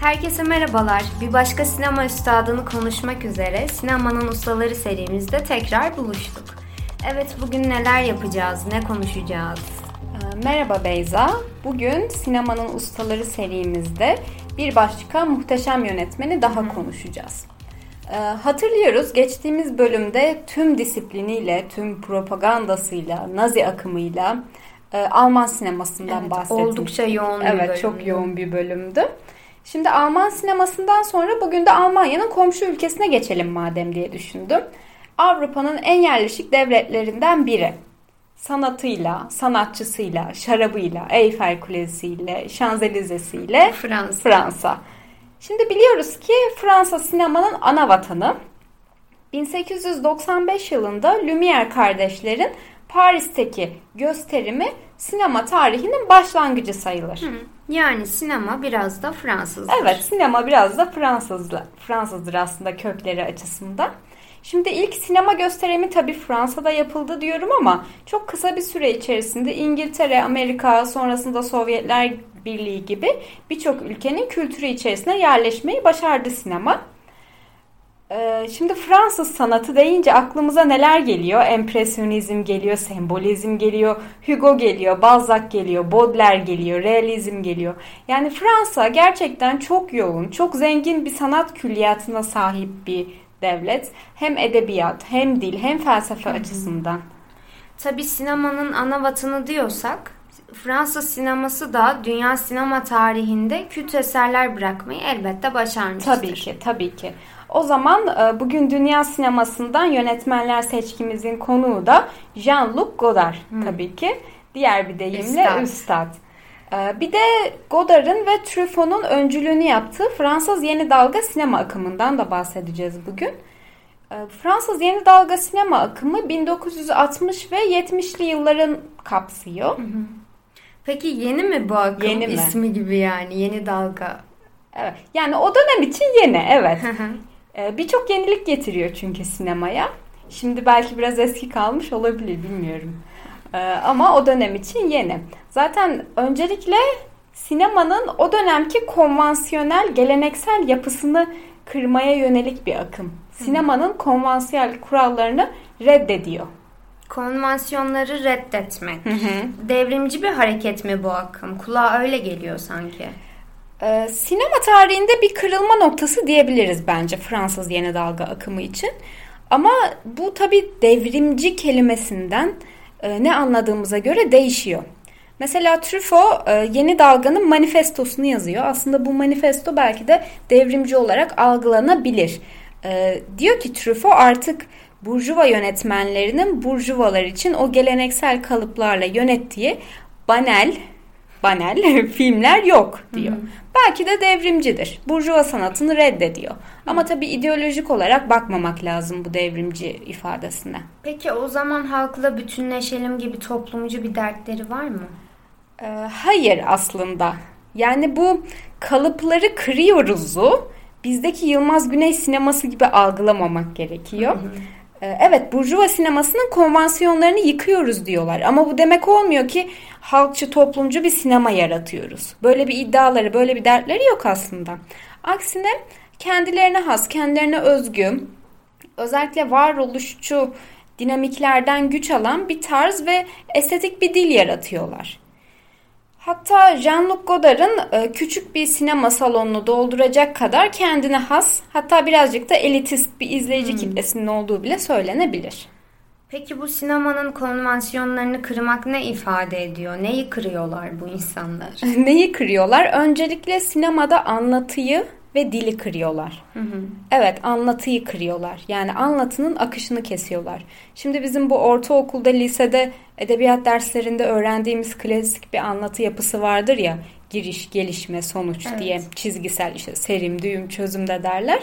Herkese merhabalar. Bir başka sinema üstadını konuşmak üzere Sinemanın Ustaları serimizde tekrar buluştuk. Evet, bugün neler yapacağız, ne konuşacağız? Merhaba Beyza. Bugün Sinemanın Ustaları serimizde bir başka muhteşem yönetmeni daha konuşacağız. Hatırlıyoruz, geçtiğimiz bölümde tüm disipliniyle, tüm propagandasıyla, Nazi akımıyla Alman sinemasından bahsetmiştik. Oldukça yoğun bir bölümdü. Evet, çok yoğun bir bölümdü. Şimdi Alman sinemasından sonra bugün de Almanya'nın komşu ülkesine geçelim madem diye düşündüm. Avrupa'nın en yerleşik devletlerinden biri. Sanatıyla, sanatçısıyla, şarabıyla, Eyfel Kulesi'yle, Şanzelize'siyle Fransa. Şimdi biliyoruz ki Fransa sinemanın ana vatanı. 1895 yılında Lumière kardeşlerin Paris'teki gösterimi sinema tarihinin başlangıcı sayılır. Yani sinema biraz da Fransızdır. Evet, sinema biraz da Fransızdır aslında kökleri açısından. Şimdi ilk sinema gösterimi tabii Fransa'da yapıldı diyorum ama çok kısa bir süre içerisinde İngiltere, Amerika, sonrasında Sovyetler Birliği gibi birçok ülkenin kültürü içerisine yerleşmeyi başardı sinema. Şimdi Fransız sanatı deyince aklımıza neler geliyor? Empresyonizm geliyor, sembolizm geliyor, Hugo geliyor, Balzac geliyor, Baudelaire geliyor, realizm geliyor. Yani Fransa gerçekten çok yoğun, çok zengin bir sanat külliyatına sahip bir devlet. Hem edebiyat, hem dil, hem felsefe açısından. Tabii sinemanın ana vatanı diyorsak, Fransız sineması da dünya sinema tarihinde kült eserler bırakmayı elbette başarmıştır. Tabii ki. O zaman bugün dünya sinemasından yönetmenler seçkimizin konuğu da Jean-Luc Godard tabii ki. Diğer bir deyimle üstad. Bir de Godard'ın ve Truffaut'un öncülüğünü yaptığı Fransız Yeni Dalga sinema akımından da bahsedeceğiz bugün. Fransız Yeni Dalga sinema akımı 1960 ve 70'li yılların kapsıyor. Peki yeni mi bu akım? Yeni mi? İsmi gibi yani Yeni Dalga. Evet. Yani o dönem için yeni, evet. Birçok yenilik getiriyor çünkü sinemaya. Şimdi belki biraz eski kalmış olabilir, bilmiyorum. Ama o dönem için yeni. Zaten öncelikle sinemanın o dönemki konvansiyonel, geleneksel yapısını kırmaya yönelik bir akım. Sinemanın konvansiyonel kurallarını reddediyor. Konvansiyonları reddetmek. Devrimci bir hareket mi bu akım? Kulağa öyle geliyor sanki. Sinema tarihinde bir kırılma noktası diyebiliriz bence Fransız Yeni Dalga akımı için. Ama bu tabii devrimci kelimesinden ne anladığımıza göre değişiyor. Mesela Truffaut Yeni Dalga'nın manifestosunu yazıyor. Aslında bu manifesto belki de devrimci olarak algılanabilir. Diyor ki Truffaut artık Burjuva yönetmenlerinin Burjuvalar için o geleneksel kalıplarla yönettiği banal filmler yok diyor. Belki de devrimcidir. Burjuva sanatını reddediyor. Ama tabii ideolojik olarak bakmamak lazım bu devrimci ifadesine. Peki o zaman halkla bütünleşelim gibi toplumcu bir dertleri var mı? Hayır aslında. Yani bu kalıpları kırıyoruzu bizdeki Yılmaz Güney sineması gibi algılamamak gerekiyor. Evet, Burjuva sinemasının konvansiyonlarını yıkıyoruz diyorlar. Ama bu demek olmuyor ki halkçı, toplumcu bir sinema yaratıyoruz. Böyle bir iddiaları, böyle bir dertleri yok aslında. Aksine kendilerine has, kendilerine özgü, özellikle varoluşçu dinamiklerden güç alan bir tarz ve estetik bir dil yaratıyorlar. Hatta Jean-Luc Godard'ın küçük bir sinema salonunu dolduracak kadar kendine has, hatta birazcık da elitist bir izleyici kitlesinin olduğu bile söylenebilir. Peki bu sinemanın konvansiyonlarını kırmak ne ifade ediyor? Neyi kırıyorlar bu insanlar? Neyi kırıyorlar? Öncelikle sinemada anlatıyı ve dili kırıyorlar. Evet, anlatıyı kırıyorlar. Yani anlatının akışını kesiyorlar. Şimdi bizim bu ortaokulda, lisede, edebiyat derslerinde öğrendiğimiz klasik bir anlatı yapısı vardır ya. Giriş, gelişme, sonuç diye çizgisel, işte serim, düğüm, çözüm de derler.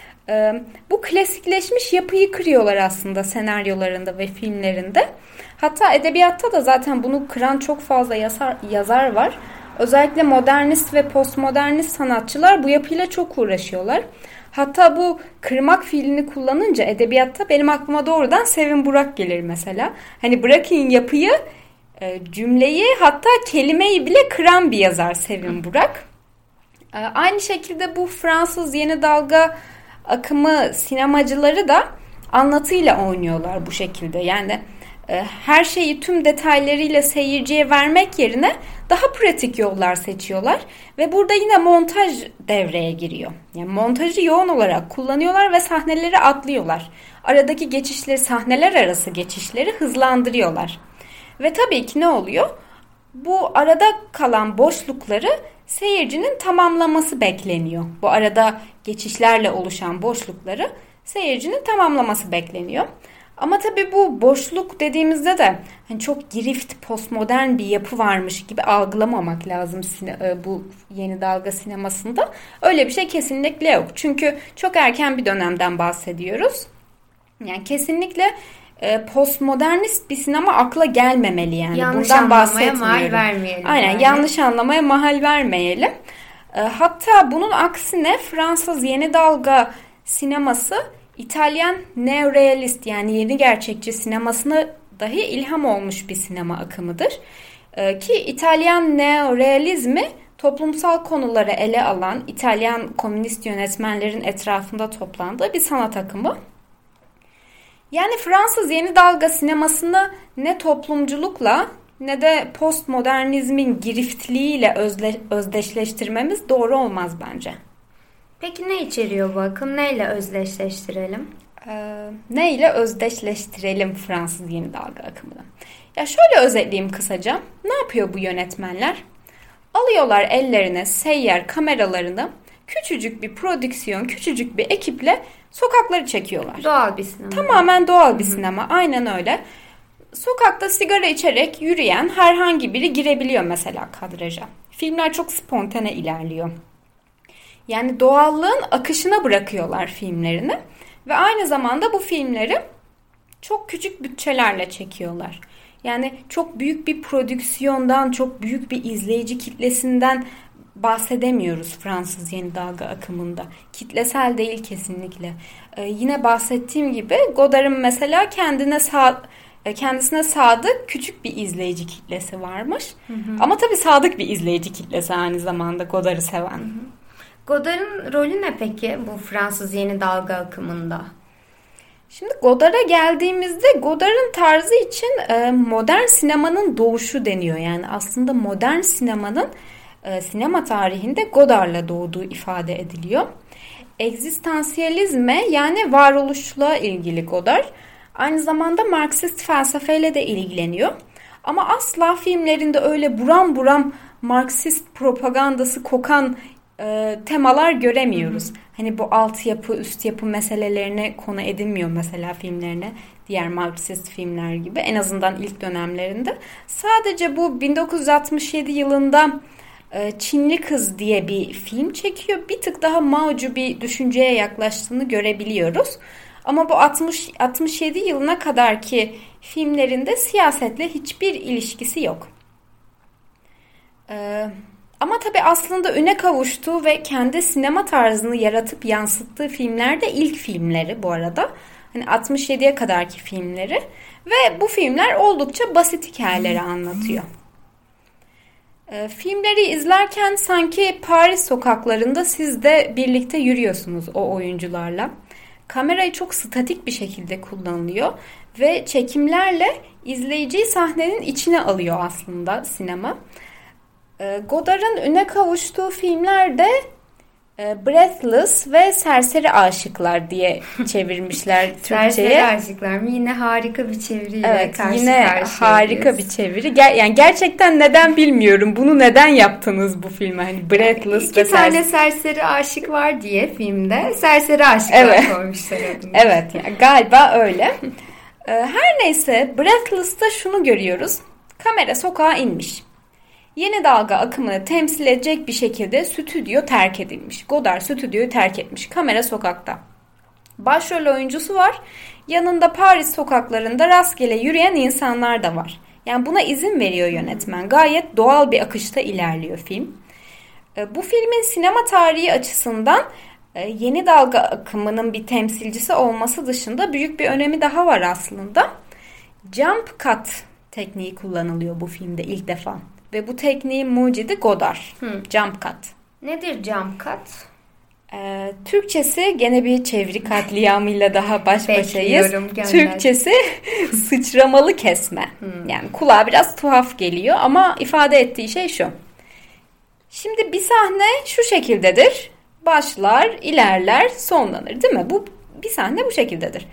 Bu klasikleşmiş yapıyı kırıyorlar aslında senaryolarında ve filmlerinde. Hatta edebiyatta da zaten bunu kıran çok fazla yazar var. Özellikle modernist ve postmodernist sanatçılar bu yapıyla çok uğraşıyorlar. Hatta bu kırmak fiilini kullanınca edebiyatta benim aklıma doğrudan Sevin Burak gelir mesela. Hani bırakın yapıyı, cümleyi, hatta kelimeyi bile kıran bir yazar Sevin Burak. Aynı şekilde bu Fransız yeni dalga akımı sinemacıları da anlatıyla oynuyorlar bu şekilde. Yani her şeyi tüm detaylarıyla seyirciye vermek yerine daha pratik yollar seçiyorlar ve burada yine montaj devreye giriyor. Yani montajı yoğun olarak kullanıyorlar ve sahneleri atlıyorlar. Aradaki geçişleri, sahneler arası geçişleri hızlandırıyorlar. Ve tabii ki ne oluyor? Bu arada kalan boşlukları seyircinin tamamlaması bekleniyor. Bu arada geçişlerle oluşan boşlukları seyircinin tamamlaması bekleniyor. Ama tabii bu boşluk dediğimizde de hani çok girift, postmodern bir yapı varmış gibi algılamamak lazım bu yeni dalga sinemasında. Öyle bir şey kesinlikle yok. Çünkü çok erken bir dönemden bahsediyoruz. Yani kesinlikle postmodernist bir sinema akla gelmemeli yani. Yanlış bundan anlamaya bahsetmiyorum. mahal vermeyelim. Aynen yani. Yanlış anlamaya mahal vermeyelim. Hatta bunun aksine Fransız yeni dalga sineması İtalyan neorealist yani yeni gerçekçi sinemasına dahi ilham olmuş bir sinema akımıdır. Ki İtalyan neorealizmi toplumsal konuları ele alan İtalyan komünist yönetmenlerin etrafında toplandığı bir sanat akımı. Yani Fransız yeni dalga sinemasını ne toplumculukla ne de postmodernizmin giriftliğiyle özdeşleştirmemiz doğru olmaz bence. Peki ne içeriyor bu akım? Neyle özdeşleştirelim? Neyle özdeşleştirelim Fransız yeni dalga akımını? Ya şöyle özetleyeyim kısaca. Ne yapıyor bu yönetmenler? Alıyorlar ellerine seyyar kameralarını, küçücük bir prodüksiyon, küçücük bir ekiple sokakları çekiyorlar. Doğal bir sinema. Tamamen doğal bir sinema. Aynen öyle. Sokakta sigara içerek yürüyen herhangi biri girebiliyor mesela kadraja. Filmler çok spontane ilerliyor. Yani doğallığın akışına bırakıyorlar filmlerini ve aynı zamanda bu filmleri çok küçük bütçelerle çekiyorlar. Yani çok büyük bir prodüksiyondan, çok büyük bir izleyici kitlesinden bahsedemiyoruz Fransız yeni dalga akımında. Kitlesel değil kesinlikle. Yine bahsettiğim gibi Godard'ın mesela kendisine sadık küçük bir izleyici kitlesi varmış. Hı hı. Ama tabii sadık bir izleyici kitlesi aynı zamanda Godard'ı seven. Hı hı. Godard'ın rolü ne peki bu Fransız yeni dalga akımında? Şimdi Godard'a geldiğimizde Godard'ın tarzı için modern sinemanın doğuşu deniyor. Yani aslında modern sinemanın sinema tarihinde Godard'la doğduğu ifade ediliyor. Egzistansiyalizme yani varoluşla ilgili Godard. Aynı zamanda Marksist felsefeyle de ilgileniyor. Ama asla filmlerinde öyle buram buram Marksist propagandası kokan temalar göremiyoruz. Hani bu alt yapı, üst yapı meselelerine konu edilmiyor mesela filmlerine. Diğer Marksist filmler gibi en azından ilk dönemlerinde. Sadece bu 1967 yılında Çinli Kız diye bir film çekiyor. Bir tık daha Mao'cu bir düşünceye yaklaştığını görebiliyoruz. Ama bu 67 yılına kadarki filmlerinde siyasetle hiçbir ilişkisi yok. Ama tabii aslında üne kavuştuğu ve kendi sinema tarzını yaratıp yansıttığı filmler de ilk filmleri bu arada. Hani 67'ye kadarki filmleri ve bu filmler oldukça basit hikayeleri anlatıyor. Filmleri izlerken sanki Paris sokaklarında siz de birlikte yürüyorsunuz o oyuncularla. Kamerayı çok statik bir şekilde kullanılıyor ve çekimlerle izleyiciyi sahnenin içine alıyor aslında sinema. Godard'ın üne kavuştuğu filmler de Breathless ve Serseri Aşıklar diye çevirmişler Türkçe'ye. Serseri Aşıklar mı? Yine harika bir çeviriyle evet, karşı yine karşıyayız. harika bir çeviri. Yani gerçekten neden bilmiyorum. Bunu neden yaptınız bu filme? Hani Breathless ve İki tane serseri aşık var diye filmde Serseri Aşıklar evet. koymuşlar adını. Evet, yani galiba öyle. Her neyse Breathless'ta şunu görüyoruz. Kamera sokağa inmiş. Yeni dalga akımını temsil edecek bir şekilde stüdyo terk edilmiş. Godard stüdyoyu terk etmiş. Kamera sokakta. Başrol oyuncusu var. Yanında Paris sokaklarında rastgele yürüyen insanlar da var. Yani buna izin veriyor yönetmen. Gayet doğal bir akışta ilerliyor film. Bu filmin sinema tarihi açısından yeni dalga akımının bir temsilcisi olması dışında büyük bir önemi daha var aslında. Jump cut tekniği kullanılıyor bu filmde ilk defa. Ve bu tekniğin mucidi Godard. Jump cut. Nedir jump cut? Türkçesi gene bir çeviri katliamıyla daha baş başayız. Gönder. Türkçesi sıçramalı kesme. Yani kulağa biraz tuhaf geliyor ama ifade ettiği şey şu. Şimdi bir sahne şu şekildedir. Başlar, ilerler, sonlanır, değil mi? Bu bir sahne bu şekildedir.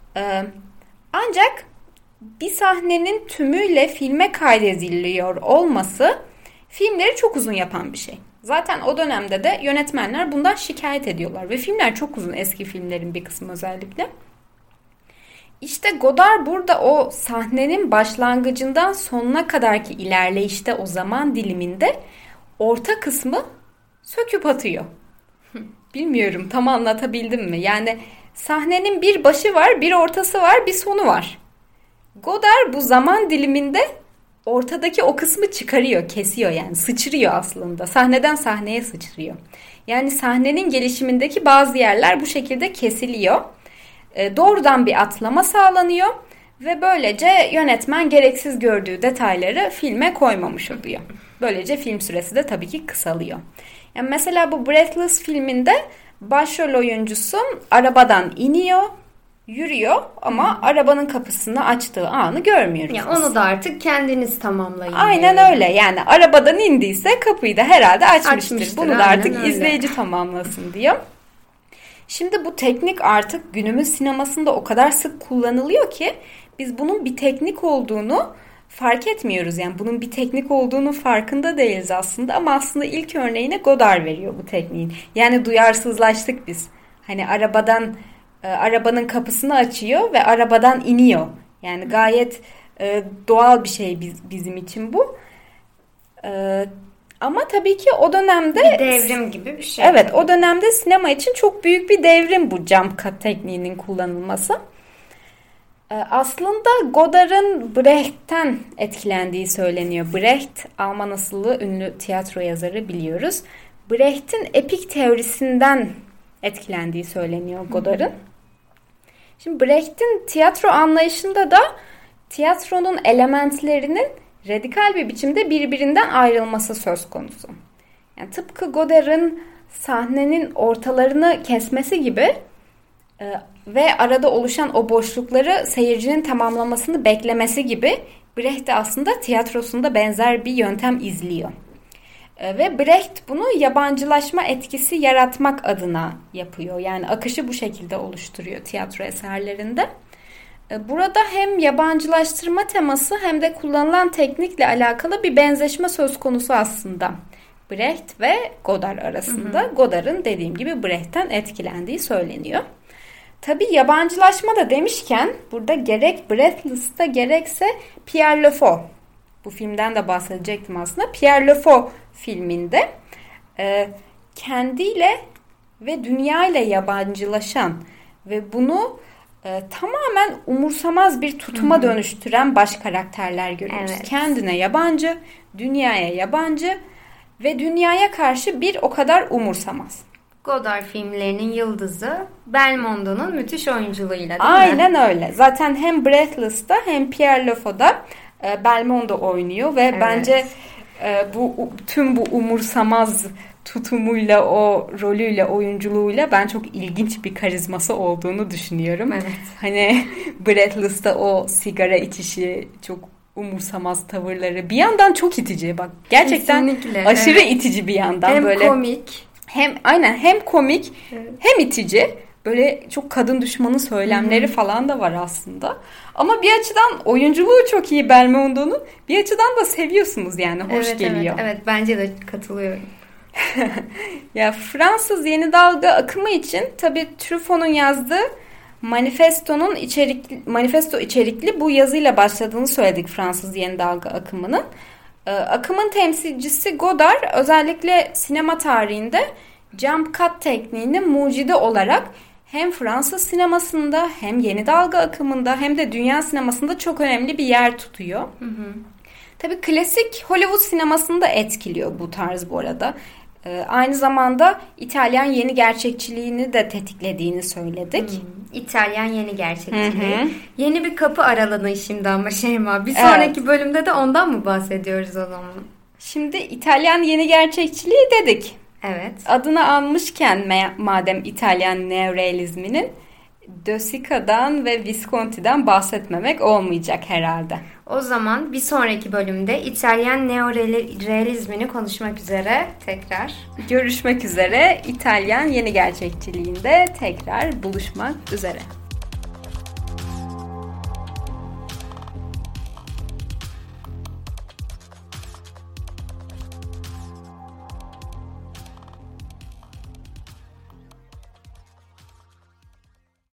Ancak bir sahnenin tümüyle filme kaydediliyor olması filmleri çok uzun yapan bir şey. Zaten o dönemde de yönetmenler bundan şikayet ediyorlar ve filmler çok uzun, eski filmlerin bir kısmı özellikle. İşte Godard burada o sahnenin başlangıcından sonuna kadarki ilerleyişte, o zaman diliminde orta kısmı söküp atıyor. Bilmiyorum tam anlatabildim mi? Yani sahnenin bir başı var, bir ortası var, bir sonu var. Godard bu zaman diliminde ortadaki o kısmı çıkarıyor, kesiyor, yani sıçrıyor aslında. Sahneden sahneye sıçrıyor. Yani sahnenin gelişimindeki bazı yerler bu şekilde kesiliyor. Doğrudan bir atlama sağlanıyor ve böylece yönetmen gereksiz gördüğü detayları filme koymamış oluyor. Böylece film süresi de tabii ki kısalıyor. Yani mesela bu Breathless filminde başrol oyuncusu arabadan iniyor, yürüyor ama arabanın kapısını açtığı anı görmüyoruz. Ya onu da artık kendiniz tamamlayın. Aynen öyle. Yani arabadan indiyse kapıyı da herhalde açmıştır. Bunu da artık öyle izleyici tamamlasın diyor. Şimdi bu teknik artık günümüz sinemasında o kadar sık kullanılıyor ki biz bunun bir teknik olduğunu fark etmiyoruz. Yani bunun bir teknik olduğunu farkında değiliz aslında ama aslında ilk örneğine Godard veriyor bu tekniğin. Yani duyarsızlaştık biz. Hani arabanın kapısını açıyor ve arabadan iniyor. Yani gayet doğal bir şey bizim için bu. Ama tabii ki o dönemde bir devrim gibi bir şey. Evet, o dönemde sinema için çok büyük bir devrim bu jump cut tekniğinin kullanılması. Aslında Godard'ın Brecht'ten etkilendiği söyleniyor. Brecht, Alman asıllı ünlü tiyatro yazarı biliyoruz. Brecht'in epik teorisinden etkilendiği söyleniyor Godard'ın. Şimdi Brecht'in tiyatro anlayışında da tiyatronun elementlerinin radikal bir biçimde birbirinden ayrılması söz konusu. Yani tıpkı Godard'ın sahnenin ortalarını kesmesi gibi ve arada oluşan o boşlukları seyircinin tamamlamasını beklemesi gibi Brecht de aslında tiyatrosunda benzer bir yöntem izliyor. Ve Brecht bunu yabancılaşma etkisi yaratmak adına yapıyor. Yani akışı bu şekilde oluşturuyor tiyatro eserlerinde. Burada hem yabancılaştırma teması hem de kullanılan teknikle alakalı bir benzeşme söz konusu aslında. Brecht ve Godard arasında. Godard'ın dediğim gibi Brecht'ten etkilendiği söyleniyor. Tabii yabancılaşma da demişken burada gerek Breathless'ta gerekse Pierre Le Faux, bu filmden de bahsedecektim aslında. Pierre Le Faux filminde kendiyle ve dünyayla yabancılaşan ve bunu tamamen umursamaz bir tutuma dönüştüren baş karakterler görüyoruz. Evet. Kendine yabancı, dünyaya yabancı ve dünyaya karşı bir o kadar umursamaz. Godard filmlerinin yıldızı Belmondo'nun müthiş oyunculuğuyla değil Aynen mi? öyle. Zaten hem Breathless'ta hem Pierre Le Faus'da Belmondo oynuyor ve bence tüm bu umursamaz tutumuyla, o rolüyle, oyunculuğuyla ben çok ilginç bir karizması olduğunu düşünüyorum. Evet. Hani Breathless'ta o sigara içişi, çok umursamaz tavırları bir yandan çok itici. Bak gerçekten kesinlikle, aşırı itici bir yandan. Hem böyle komik. Hem komik hem itici. Böyle çok kadın düşmanı söylemleri falan da var aslında. Ama bir açıdan oyunculuğu çok iyi Belmondo'nun. Bir açıdan da seviyorsunuz yani. Hoş geliyor. Evet bence de katılıyorum. Ya Fransız yeni dalga akımı için tabii Truffaut'un yazdığı manifesto içerikli bu yazıyla başladığını söyledik Fransız yeni dalga akımının. Akımın temsilcisi Godard özellikle sinema tarihinde jump cut tekniğini mucidi olarak hem Fransız sinemasında hem yeni dalga akımında hem de dünya sinemasında çok önemli bir yer tutuyor. Tabii klasik Hollywood sinemasını da etkiliyor bu tarz bu arada. Aynı zamanda İtalyan yeni gerçekçiliğini de tetiklediğini söyledik. İtalyan yeni gerçekçiliği. Yeni bir kapı aralanıyor şimdi ama Şeyma. Bir sonraki bölümde de ondan mı bahsediyoruz o zaman? Şimdi İtalyan yeni gerçekçiliği dedik. Evet. Adını almışken madem İtalyan neorealizminin, De Sica'dan ve Visconti'den bahsetmemek olmayacak herhalde. O zaman bir sonraki bölümde İtalyan neorealizmini konuşmak üzere tekrar görüşmek üzere. İtalyan yeni gerçekçiliğinde tekrar buluşmak üzere.